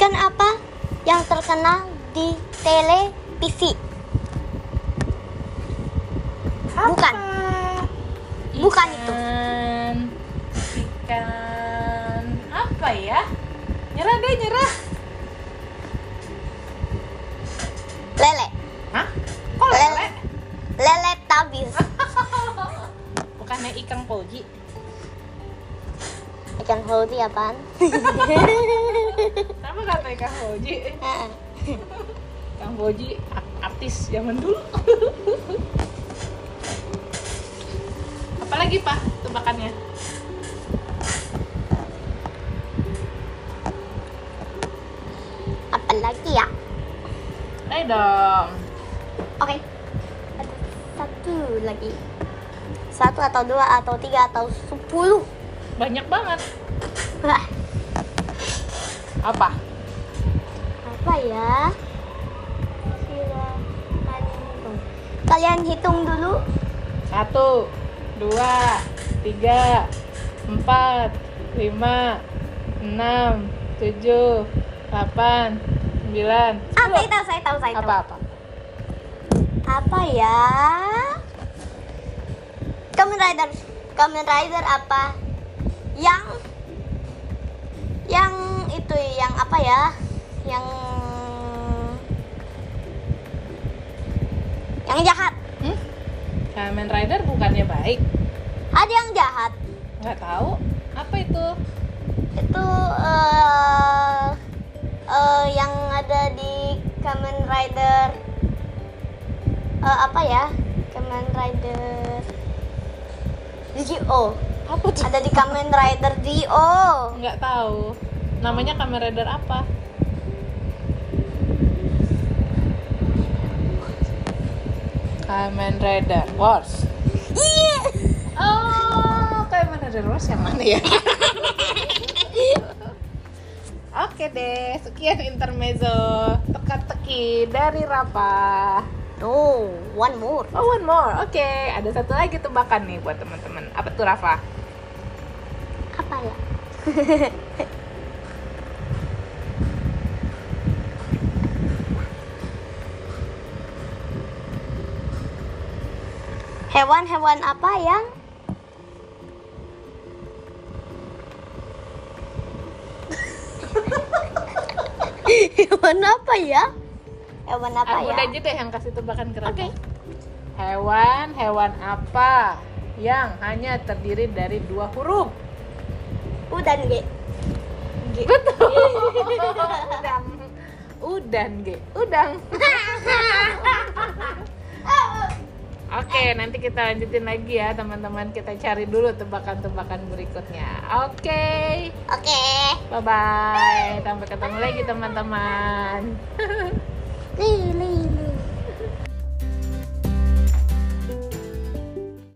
Ikan apa yang terkenal di televisi? Bukan. Bukan itu. Ikan apa ya? Nyerah deh, nyerah. Lele. Hah? Kok lele? Lele tabis. Bukannya ikan koji? Ikan hoji apaan? Sama kata ikan koji. Ikan koji artis zaman dulu. Apalagi Pak tebakannya? Apalagi ya? Ayo dong. Oke. Ada satu lagi. Satu atau dua atau tiga atau 10. Banyak banget. Wah, Apa? apa ya? Silakan hitung. Kalian hitung dulu. 1, 2, 3, 4, 5, 6, 7, 8, 9, 10. Saya tahu. Apa? Apa ya? Kamen Rider apa? Yang itu yang apa ya? Yang jahat. Kamen Rider bukannya baik? Ada yang jahat. Nggak tahu. Apa itu? Itu yang ada di Kamen Rider apa ya? Kamen Rider Dio. Apa tuh? Ada di Kamen Rider Dio. Nggak tahu. Namanya Kamen Rider apa? Kamen Rider Wars. Iya. Oh, Kamen Rider Wars yang mana ya? Oke deh, sekian intermezzo teka-teki dari Rafa. No, one more. Oh, one more. Oke, ada satu lagi tebakan nih buat teman-teman. Apa tuh Rafa? Apa ya? Hewan-hewan apa yang hewan apa ya? Hewan apa Aku ya? aja deh yang kasih tebakan ke Rafa. Oke. Hewan apa yang hanya terdiri dari 2 huruf? Udan G. Betul. Udang, Ge. Udang. Oke, nanti kita lanjutin lagi ya teman-teman. Kita cari dulu tebakan-tebakan berikutnya. Oke. Oke. Bye-bye. Sampai ketemu lagi teman-teman. Li.